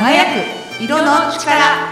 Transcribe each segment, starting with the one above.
輝く色の力。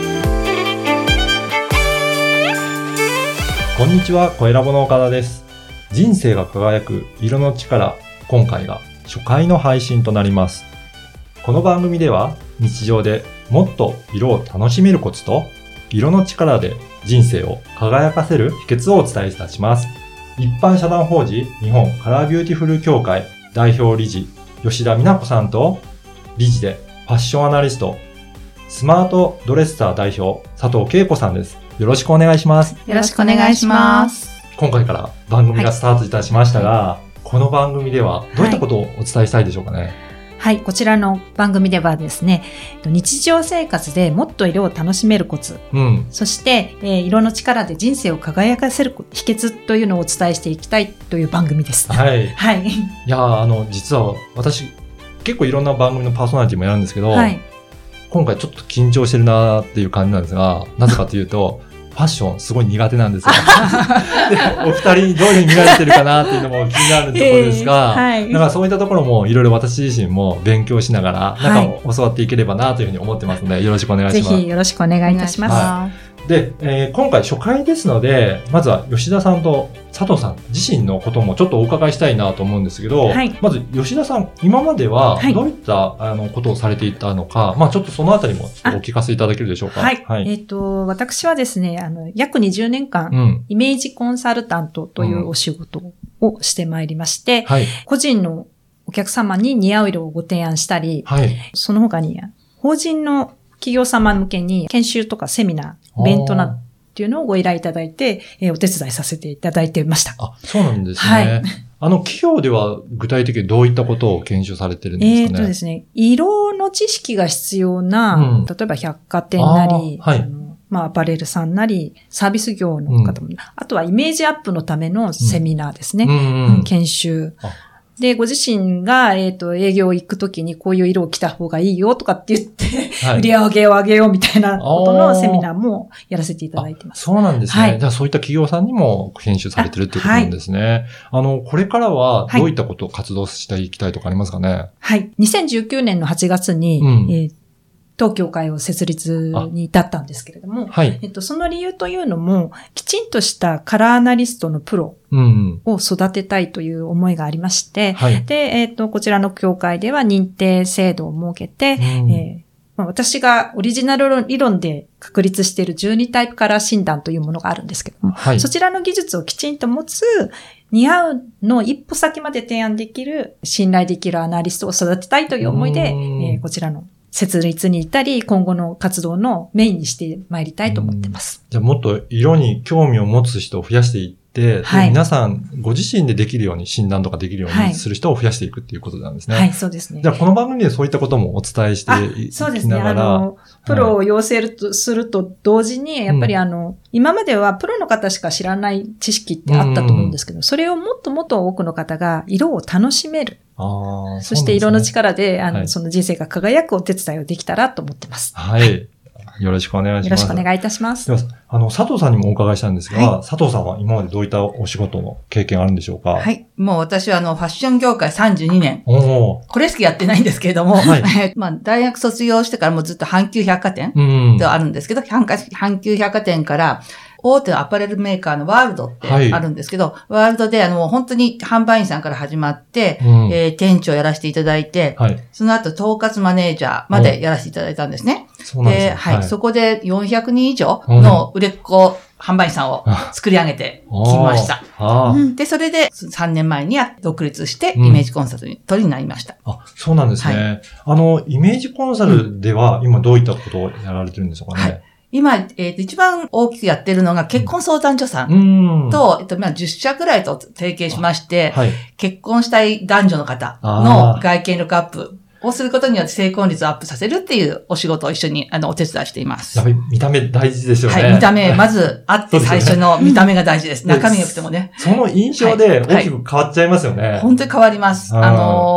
こんにちは、声ラボの岡田です。人生が輝く色の力、今回が初回の配信となります。この番組では日常でもっと色を楽しめるコツと色の力で人生を輝かせる秘訣をお伝えいたします。一般社団法人日本カラービューティフル協会代表理事吉田美奈子さんと理事でファッションアナリストスマートドレッサー代表佐藤恵子さんです。よろしくお願いします。 よろしくお願いします。 今回から番組がスタートいたしましたが、この番組ではどういったことをお伝えしたいでしょうかね。 はい、こちらの番組ではですね、日常生活でもっと色を楽しめるコツ、そして、色の力で人生を輝かせる秘訣というのをお伝えしていきたいという番組です。 はい。 はい。 いや実は私結構いろんな番組のパーソナリティもやるんですけど、はい、今回ちょっと緊張してるなっていう感じなんですが、なぜかというとファッションすごい苦手なんですよ。で、お二人にどういうふうに見られてるかなっていうのも気になるところですが、はい、だからそういったところもいろいろ私自身も勉強しながら、なんか教わっていければなというふうに思ってますので、よろしくお願いします。 ぜひよろしくお願いいたします。 はい、で、今回初回ですので、まずは吉田さんと佐藤さん自身のこともちょっとお伺いしたいなと思うんですけど、はい、まず吉田さん、今まではどういった、ことをされていたのか、ちょっとそのあたりもお聞かせいただけるでしょうか。 はい。はい、私はですね、約20年間、イメージコンサルタントというお仕事をしてまいりまして、はい、個人のお客様に似合う色をご提案したり、はい、その他に法人の企業様向けに研修とかセミナー、イベントなどっていうのをご依頼いただいて、お手伝いさせていただいていました。 あ、そうなんですね。はい。企業では具体的にどういったことを研修されてるんですかね。 ですね、色の知識が必要な、例えば百貨店なり、はい、アパレルさんなり、サービス業の方も、あとはイメージアップのためのセミナーですね。研修。で、ご自身が、営業行くときにこういう色を着た方がいいよとかって言って、はい、売り上げを上げようみたいなことのセミナーもやらせていただいてます。 そうなんですね。はい、じゃあそういった企業さんにも研修されてるっていうことなんですね。はい、これからはどういったことを活動していきたいとかありますかね。 はい。2019年の8月に、当協会を設立に至ったんですけれども、はい、その理由というのも、きちんとしたカラーアナリストのプロを育てたいという思いがありまして、はい、で、こちらの協会では認定制度を設けて、私がオリジナル理論で確立している12タイプカラー診断というものがあるんですけども、はい、そちらの技術をきちんと持つ、似合うの一歩先まで提案できる、信頼できるアナリストを育てたいという思いで、こちらの設立に至り、今後の活動のメインにしてまいりたいと思ってます。 じゃあもっと色に興味を持つ人を増やしていって、はい、皆さんご自身でできるように診断とかできるようにする人を増やしていくっていうことなんですね。 はい、そうですね。 じゃあこの番組でそういったこともお伝えしていきながら。そうですね。 プロを養成すると同時に、やっぱり今まではプロの方しか知らない知識ってあったと思うんですけど、それをもっともっと多くの方が色を楽しめる。そして色の力で、その人生が輝くお手伝いをできたらと思ってます。 はい。よろしくお願いします。 よろしくお願いいたします。 では、佐藤さんにもお伺いしたんですが、はい、佐藤さんは今までどういったお仕事の経験あるんでしょうか？ はい。もう私はファッション業界32年。これしかやってないんですけれども、はい、大学卒業してからもうずっと阪急百貨店ではあるんですけど、阪急百貨店から、大手のアパレルメーカーのワールドってあるんですけど、ワールドで本当に販売員さんから始まって、店長やらせていただいて、その後統括マネージャーまでやらせていただいたんですね。 そうなんですね。 はい。そこで400人以上の売れっ子販売員さんを作り上げてきました。で、それで3年前に独立してイメージコンサルになりました。 そうなんですね。イメージコンサルでは今どういったことをやられてるんでしょうかね。はい、 今、一番大きくやってるのが結婚相談所さんと、10社くらいと提携しまして、結婚したい男女の方の外見力アップをすることによって成婚率をアップさせるっていうお仕事を一緒にお手伝いしています。 やっぱり見た目大事ですよね。 はい、見た目、まずあって最初の見た目が大事です。中身が良くてもね。 その印象で大きく変わっちゃいますよね。 本当に変わります。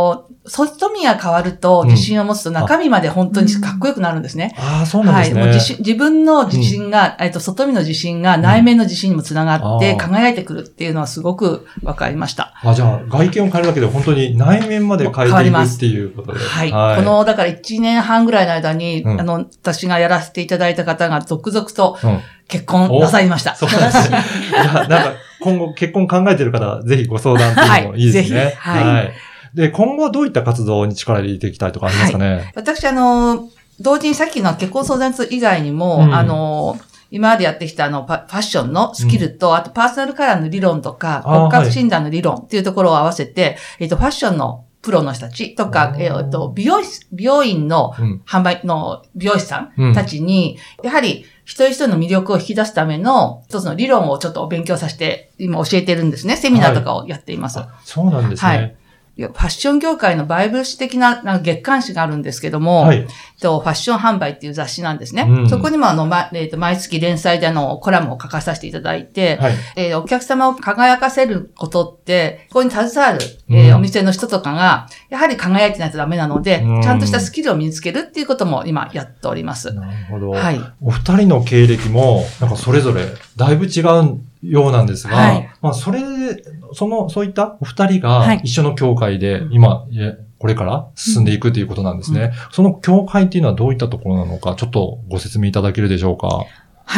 外見が変わると自信を持つと中身まで本当にかっこよくなるんですね。 ああ、そうなんですね。 はい。もう自分の自信が、外見の自信が内面の自信にもつながって輝いてくるっていうのはすごくわかりました。 じゃあ外見を変えるだけで本当に内面まで変えていくっていうことで。 はい。この、だから1年半ぐらいの間に、私がやらせていただいた方が続々と結婚なさいました。 そうですね。なんか今後結婚考えてる方、ぜひご相談っていうのもいいですね。 ぜひ。はい。 で、今後はどういった活動に力を入れていきたいとかありますかね。 私、同時にさっきの結婚相談室以外にも、今までやってきたファッションのスキルと、あとパーソナルカラーの理論とか、骨格診断の理論っていうところを合わせて、ファッションのプロの人たちとか、美容院の販売の美容師さんたちに、やはり一人一人の魅力を引き出すための一つの理論をちょっとお勉強させて、今教えてるんですね。セミナーとかをやっています。 そうなんですね。はい。 ファッション業界のバイブル誌的な月刊誌があるんですけども、ファッション販売っていう雑誌なんですね。そこにも毎月連載でコラムを書かさせていただいて、お客様を輝かせることって、ここに携わる、お店の人とかが、やはり輝いてないとダメなので、ちゃんとしたスキルを身につけるっていうことも今やっております。 なるほど。はい。お二人の経歴も、なんかそれぞれだいぶ違うようなんですが、そういったお二人が一緒の教会で今、これから進んでいくということなんですね。その教会っていうのはどういったところなのか、ちょっとご説明いただけるでしょうか。 はい。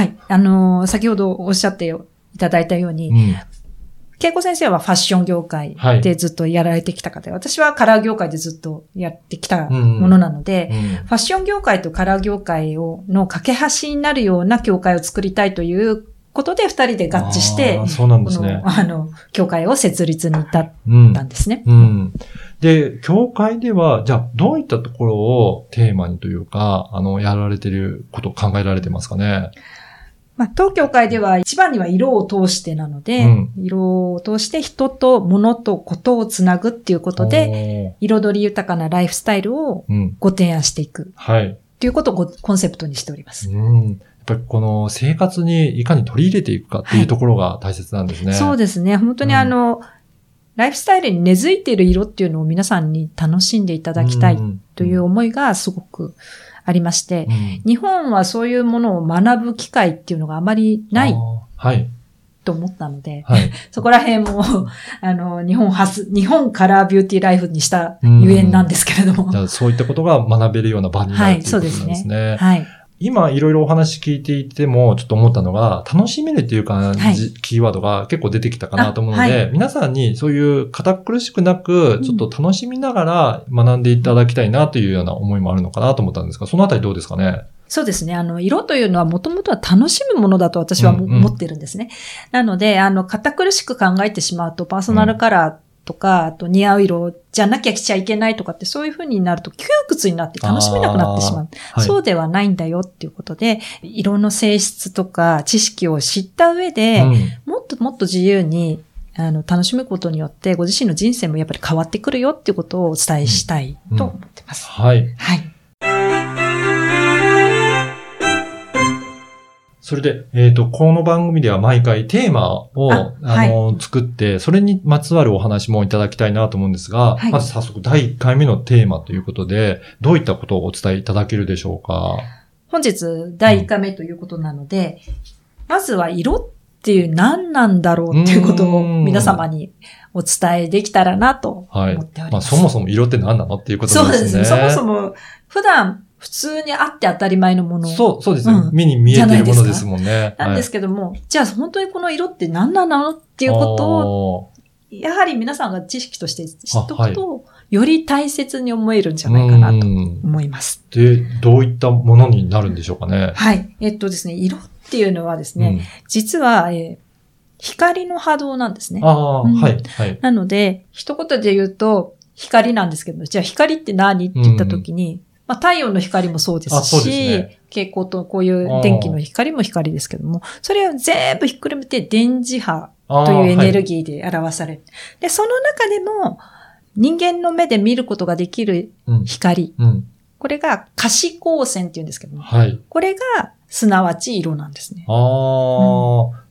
先ほどおっしゃっていただいたように、恵子先生はファッション業界でずっとやられてきた方で、私はカラー業界でずっとやってきたものなので、ファッション業界とカラー業界の架け橋になるような教会を作りたいということで二人で合致して、 そうなんですね。 教会を設立に至ったんですね。 で、教会では、じゃあ、どういったところをテーマにというか、やられていることを考えられてますかね。 当教会では一番には色を通してなので、色を通して人と物とことをつなぐっていうことで、彩り豊かなライフスタイルをご提案していく。はい。ということをコンセプトにしております。 やっぱりこの生活にいかに取り入れていくかっていうところが大切なんですね。 そうですね。本当にライフスタイルに根付いている色っていうのを皆さんに楽しんでいただきたいという思いがすごくありまして、日本はそういうものを学ぶ機会っていうのがあまりないと思ったので、そこら辺も日本カラービューティーライフにしたゆえんなんですけれども、 じゃあそういったことが学べるような場になるということなんですね。はい。今いろいろお話聞いていてもちょっと思ったのが、楽しめるっていう感じ、キーワードが結構出てきたかなと思うので、皆さんにそういう堅苦しくなく、ちょっと楽しみながら学んでいただきたいなというような思いもあるのかなと思ったんですが、そのあたりどうですかね。 そうですね。色というのはもともとは楽しむものだと私は思ってるんですね。なので、堅苦しく考えてしまうと、パーソナルカラーとか、あと似合う色じゃなきゃ着ちゃいけないとかってそういう風になると窮屈になって楽しめなくなってしまう。そうではないんだよっていうことで、色の性質とか知識を知った上で、もっともっと自由に楽しむことによってご自身の人生もやっぱり変わってくるよっていうことをお伝えしたいと思ってます。 はい。はい。それで、この番組では毎回テーマを、作って、それにまつわるお話もいただきたいなと思うんですが、まず早速第1回目のテーマということで、どういったことをお伝えいただけるでしょうか。 本日第1回目ということなので、まずは色っていう何なんだろうっていうことを皆様にお伝えできたらなと思っております。 そもそも色って何なのっていうことなんですね。 そうですね。そもそも普段、普通にあって当たり前のもの。 そうですね。目に見えているものですもんね。 なんですけども、じゃあ本当にこの色って何なのっていうことを、やはり皆さんが知識として知っておくと、より大切に思えるんじゃないかなと思います。 で、どういったものになるんでしょうかね。 はい。ですね、色っていうのはですね、実は、光の波動なんですね。はい。なので、一言で言うと、光なんですけど、じゃあ光って何って言ったときに、太陽の光もそうですし、蛍光とこういう電気の光も光ですけども、それを全部ひっくるめて電磁波というエネルギーで表される。で、その中でも人間の目で見ることができる光。これが可視光線って言うんですけども、これがすなわち色なんですね。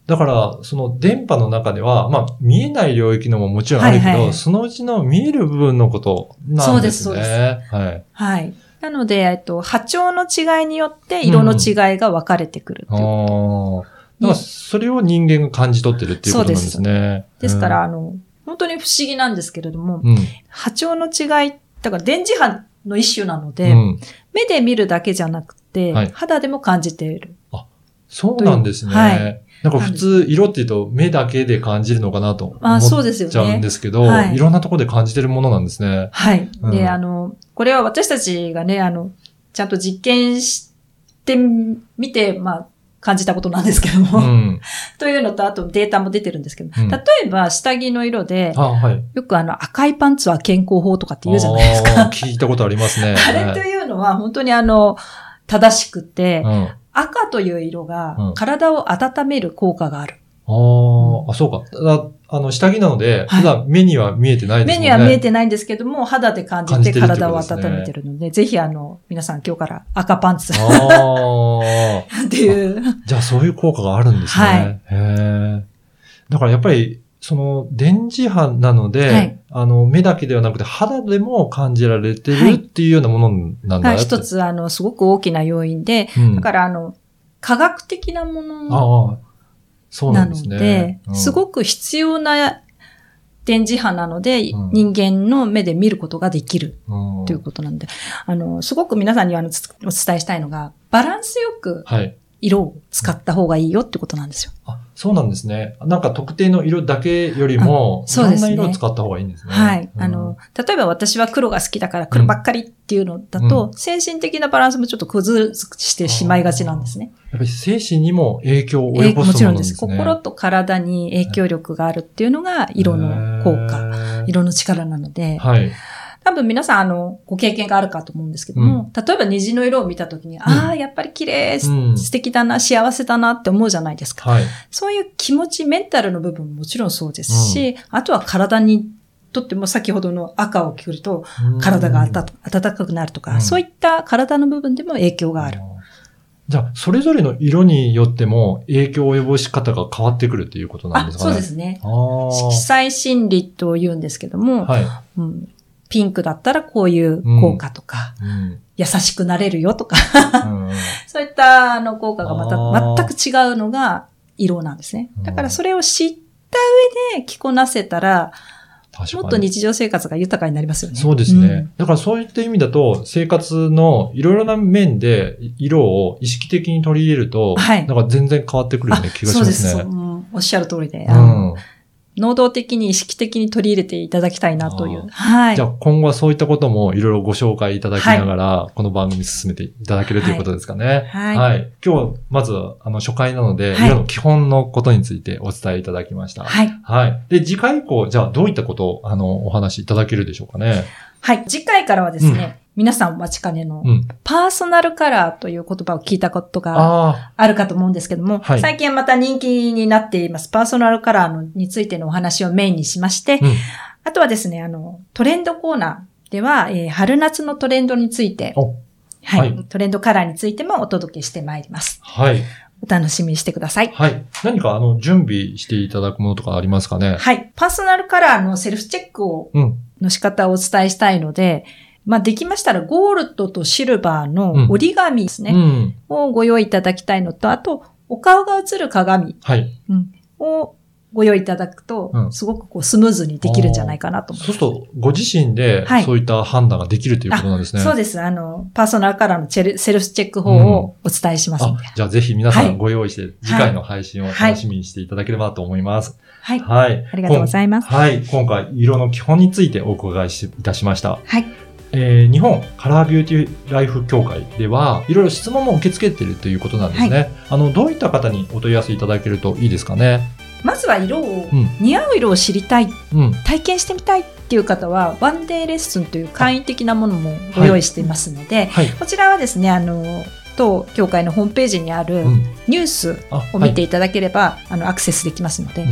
だから、その電波の中では、まあ、見えない領域のももちろんあるけど、そのうちの見える部分のことなんですね。そうです、そうです。はい。 はい。なので、波長の違いによって色の違いが分かれてくるっていうこと。 だからそれを人間が感じ取ってるっていうことなんですね。 ですから、本当に不思議なんですけれども、波長の違い、だから電磁波の一種なので、目で見るだけじゃなくて、肌でも感じている。 あ、そうなんですね。はい。なんか普通、色って言うと目だけで感じるのかなと思っちゃうんですけど、いろんなところで感じてるものなんですね。 はい。で、これは私たちがね、ちゃんと実験してみて、まあ、感じたことなんですけども、というのと、あとデータも出てるんですけど、例えば下着の色で、よく赤いパンツは健康法とかって言うじゃないですか。 聞いたことありますね。 あれというのは本当に正しくて、赤という色が体を温める効果がある。 あ、そうか。下着なので、普段目には見えてないですもんね。 目には見えてないんですけども、肌で感じて体を温めてるので、ぜひ皆さん今日から赤パンツ。っていう。 じゃあそういう効果があるんですね。はい。へだからやっぱり、電磁波なので、目だけではなくて肌でも感じられてるっていうようなものなんだ、 一つ、すごく大きな要因で、だから、科学的なものなので、すごく必要な電磁波なので、人間の目で見ることができるということなんで、すごく皆さんにお伝えしたいのが、バランスよく色を使った方がいいよってことなんですよ。 あ、そうなんですね。なんか特定の色だけよりも、いろんな色を使った方がいいんですね。 はい。例えば私は黒が好きだから黒ばっかりっていうのだと、精神的なバランスもちょっと崩してしまいがちなんですね。 やっぱり精神にも影響を及ぼすものなんですね。もちろんです。 心と体に影響力があるっていうのが色の効果、色の力なので、はい。多分皆さんご経験があるかと思うんですけども、例えば虹の色を見たときに、やっぱり綺麗、素敵だな、幸せだなって思うじゃないですか。はい、そういう気持ち、メンタルの部分ももちろんそうですし、あとは体にとっても先ほどの赤を着ると体が暖かくなるとか、そういった体の部分でも影響がある。 じゃあ、それぞれの色によっても影響を及ぼし方が変わってくるっていうことなんですかね。 そうですね。色彩心理と言うんですけども、ピンクだったらこういう効果とか、優しくなれるよとか、そういった効果がまた全く違うのが色なんですね。だからそれを知った上で着こなせたら、もっと日常生活が豊かになりますよね。 そうですね。だからそういった意味だと、生活のいろいろな面で色を意識的に取り入れると、なんか全然変わってくるような気がしますね。 そうです。おっしゃる通りで。能動的に意識的に取り入れていただきたいなという。はい。 じゃあ今後はそういったこともいろいろご紹介いただきながら、この番組進めていただけるということですかね。はい。はい。今日はまず初回なので、色の基本のことについてお伝えいただきました。はい。はい。で、次回以降、じゃあどういったことをお話しいただけるでしょうかね。 はい。次回からはですね、皆さんお待ちかねの、パーソナルカラーという言葉を聞いたことがあるかと思うんですけども、最近はまた人気になっています。パーソナルカラーについてのお話をメインにしまして、あとはですね、トレンドコーナーでは、春夏のトレンドについて、はい、トレンドカラーについてもお届けしてまいります。はい。お楽しみにしてください。 はい。何か準備していただくものとかありますかね？ はい。パーソナルカラーのセルフチェックの仕方をお伝えしたいので、できましたらゴールドとシルバーの折り紙ですね、をご用意いただきたいのと、あと、お顔が映る鏡、をご用意いただくと、すごくスムーズにできるんじゃないかなと思います。 そうすると、ご自身でそういった判断ができるということなんですね。 そうです。パーソナルカラーのセルフチェック法をお伝えしますので。 じゃあぜひ皆さんご用意して、次回の配信を楽しみにしていただければと思います。 はい。はい。ありがとうございます。 はい。今回、色の基本についてお伺いいたしました。はい。日本カラービューティーライフ協会ではいろいろ質問も受け付けているということなんですね。どういった方にお問い合わせいただけるといいですかね。 まずは色を、似合う色を知りたい、体験してみたいっていう方はワンデーレッスンという簡易的なものもご用意していますので、こちらはですね当協会のホームページにあるニュースを見ていただければ、アクセスできますので、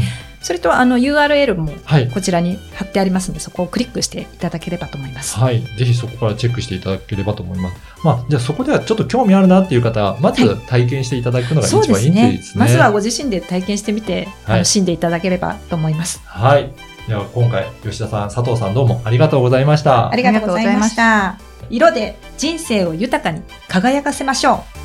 それとURL もこちらに貼ってありますので、そこをクリックしていただければと思います。 はい。ぜひそこからチェックしていただければと思います。じゃあそこではちょっと興味あるなっていう方は、まず体験していただくのが一番いいですね。そうですね。 まずはご自身で体験してみて、楽しんでいただければと思います。 はい。では今回、吉田さん、佐藤さんどうもありがとうございました。 ありがとうございました。色で人生を豊かに輝かせましょう。